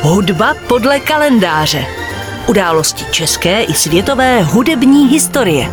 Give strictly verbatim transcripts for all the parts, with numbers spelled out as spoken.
Hudba podle kalendáře. Události české i světové hudební historie.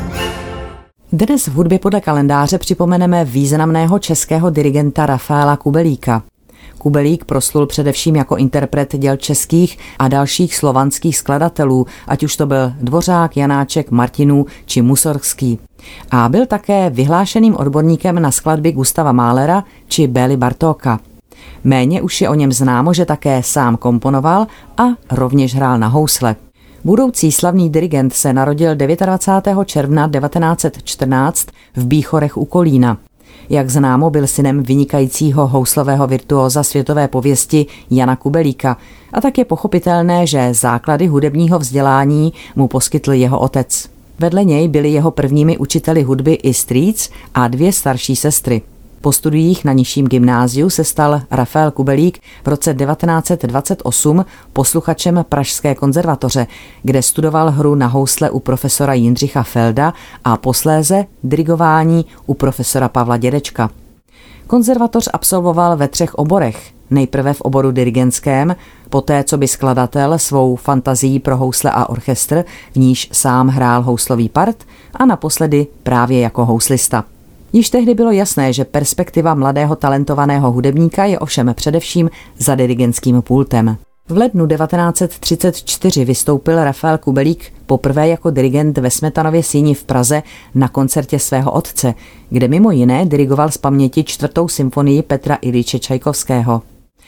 Dnes v hudbě podle kalendáře připomeneme významného českého dirigenta Rafaela Kubelíka. Kubelík proslul především jako interpret děl českých a dalších slovanských skladatelů, ať už to byl Dvořák, Janáček, Martinů či Mussorgský. A byl také vyhlášeným odborníkem na skladby Gustava Mahlera či Bély Bartóka. Méně už je o něm známo, že také sám komponoval a rovněž hrál na housle. Budoucí slavný dirigent se narodil dvacátého devátého června devatenáct set čtrnáct v Bíchorech u Kolína. Jak známo, byl synem vynikajícího houslového virtuóza světové pověsti Jana Kubelíka a tak je pochopitelné, že základy hudebního vzdělání mu poskytl jeho otec. Vedle něj byli jeho prvními učiteli hudby i strýc a dvě starší sestry. Po studiích na nižším gymnáziu se stal Rafael Kubelík v roce devatenáct set dvacet osm posluchačem Pražské konzervatoře, kde studoval hru na housle u profesora Jindřicha Felda a posléze dirigování u profesora Pavla Dědečka. Konzervatoř absolvoval ve třech oborech. Nejprve v oboru dirigentském, poté co by skladatel svou fantazii pro housle a orchestr, v níž sám hrál houslový part, a naposledy právě jako houslista. Již tehdy bylo jasné, že perspektiva mladého talentovaného hudebníka je ovšem především za dirigentským pultem. V lednu devatenáct set třicet čtyři vystoupil Rafael Kubelík poprvé jako dirigent ve Smetanově síni v Praze na koncertě svého otce, kde mimo jiné dirigoval z paměti čtvrtou symfonii Petra Iljiče Čajkovského.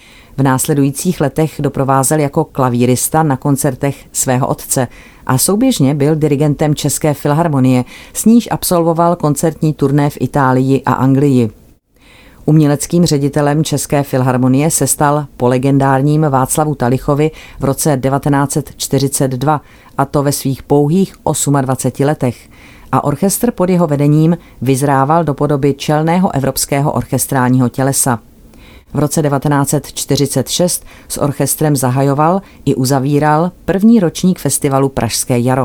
V následujících letech doprovázel jako klavírista na koncertech svého otce a souběžně byl dirigentem České filharmonie, s níž absolvoval koncertní turné v Itálii a Anglii. Uměleckým ředitelem České filharmonie se stal po legendárním Václavu Talichovi v roce devatenáct set čtyřicet dva, a to ve svých pouhých dvaceti osmi letech. A orchestr pod jeho vedením vyzrával do podoby čelného evropského orchestrálního tělesa. V roce devatenáct set čtyřicet šest s orchestrem zahajoval i uzavíral první ročník festivalu Pražské jaro.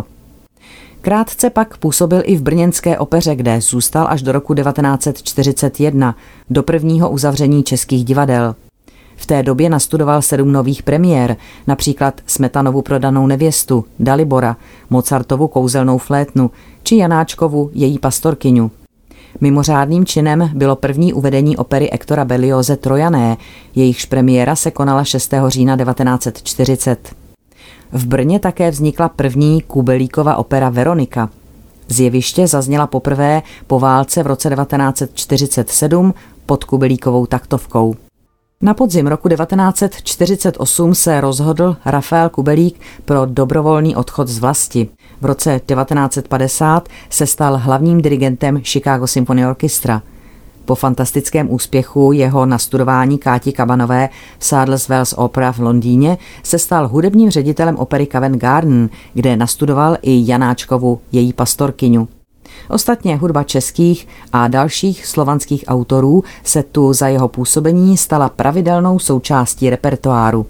Krátce pak působil i v brněnské opeře, kde zůstal až do roku devatenáct set čtyřicet jedna, do prvního uzavření českých divadel. V té době nastudoval sedm nových premiér, například Smetanovu Prodanou nevěstu, Dalibora, Mozartovu Kouzelnou flétnu či Janáčkovu Její pastorkyňu. Mimořádným činem bylo první uvedení opery Hectora Berlioze Trojané, jejichž premiéra se konala šestého října devatenáct set čtyřicet. V Brně také vznikla první Kubelíkova opera Veronika. Z jeviště zazněla poprvé po válce v roce devatenáct set čtyřicet sedm pod Kubelíkovou taktovkou. Na podzim roku devatenáct set čtyřicet osm se rozhodl Rafael Kubelík pro dobrovolný odchod z vlasti. V roce devatenáct set padesát se stal hlavním dirigentem Chicago Symphony Orchestra. Po fantastickém úspěchu jeho nastudování Káti Kabanové v Sadler's Wells Opera v Londýně se stal hudebním ředitelem opery Covent Garden, kde nastudoval i Janáčkovu Její pastorkyňu. Ostatně hudba českých a dalších slovanských autorů se tu za jeho působení stala pravidelnou součástí repertoáru.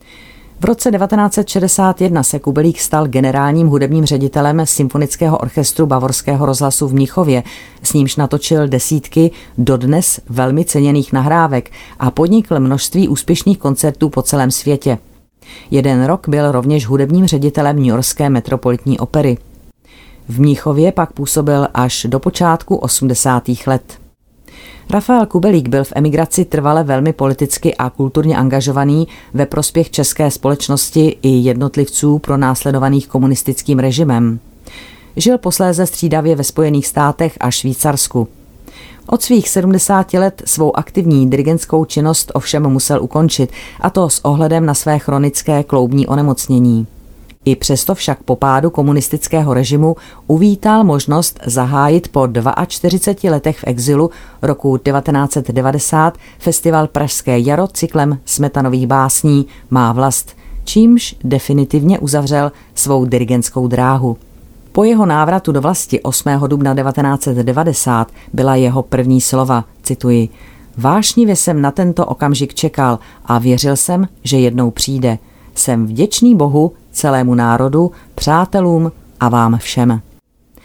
V roce devatenáct set šedesát jedna se Kubelík stal generálním hudebním ředitelem Symfonického orchestru Bavorského rozhlasu v Mnichově, s nímž natočil desítky dodnes velmi ceněných nahrávek a podnikl množství úspěšných koncertů po celém světě. Jeden rok byl rovněž hudebním ředitelem Newyorské metropolitní opery. V Mnichově pak působil až do počátku osmdesátých let. Rafael Kubelík byl v emigraci trvale velmi politicky a kulturně angažovaný ve prospěch české společnosti i jednotlivců pronásledovaných komunistickým režimem. Žil posléze střídavě ve Spojených státech a Švýcarsku. Od svých sedmdesáti let svou aktivní dirigentskou činnost ovšem musel ukončit, a to s ohledem na své chronické kloubní onemocnění. I přesto však po pádu komunistického režimu uvítal možnost zahájit po čtyřiceti dvou letech v exilu roku devatenáct set devadesát festival Pražské jaro cyklem Smetanových básní Má vlast, čímž definitivně uzavřel svou dirigentskou dráhu. Po jeho návratu do vlasti osmého dubna devatenáct set devadesát byla jeho první slova, cituji: Vášnivě jsem na tento okamžik čekal a věřil jsem, že jednou přijde. Jsem vděčný Bohu, celému národu, přátelům a vám všem.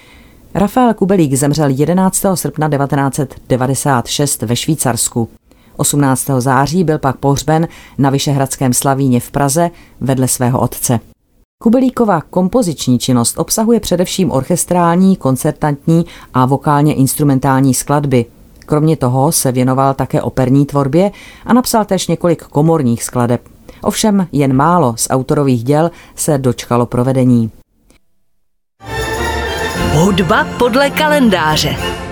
Rafael Kubelík zemřel jedenáctého srpna devatenáct set devadesát šest ve Švýcarsku. osmnáctého září byl pak pohřben na Vyšehradském Slavíně v Praze vedle svého otce. Kubelíkova kompoziční činnost obsahuje především orchestrální, koncertantní a vokálně instrumentální skladby. Kromě toho se věnoval také operní tvorbě a napsal též několik komorních skladeb. Ovšem jen málo z autorových děl se dočkalo provedení. Hudba podle kalendáře.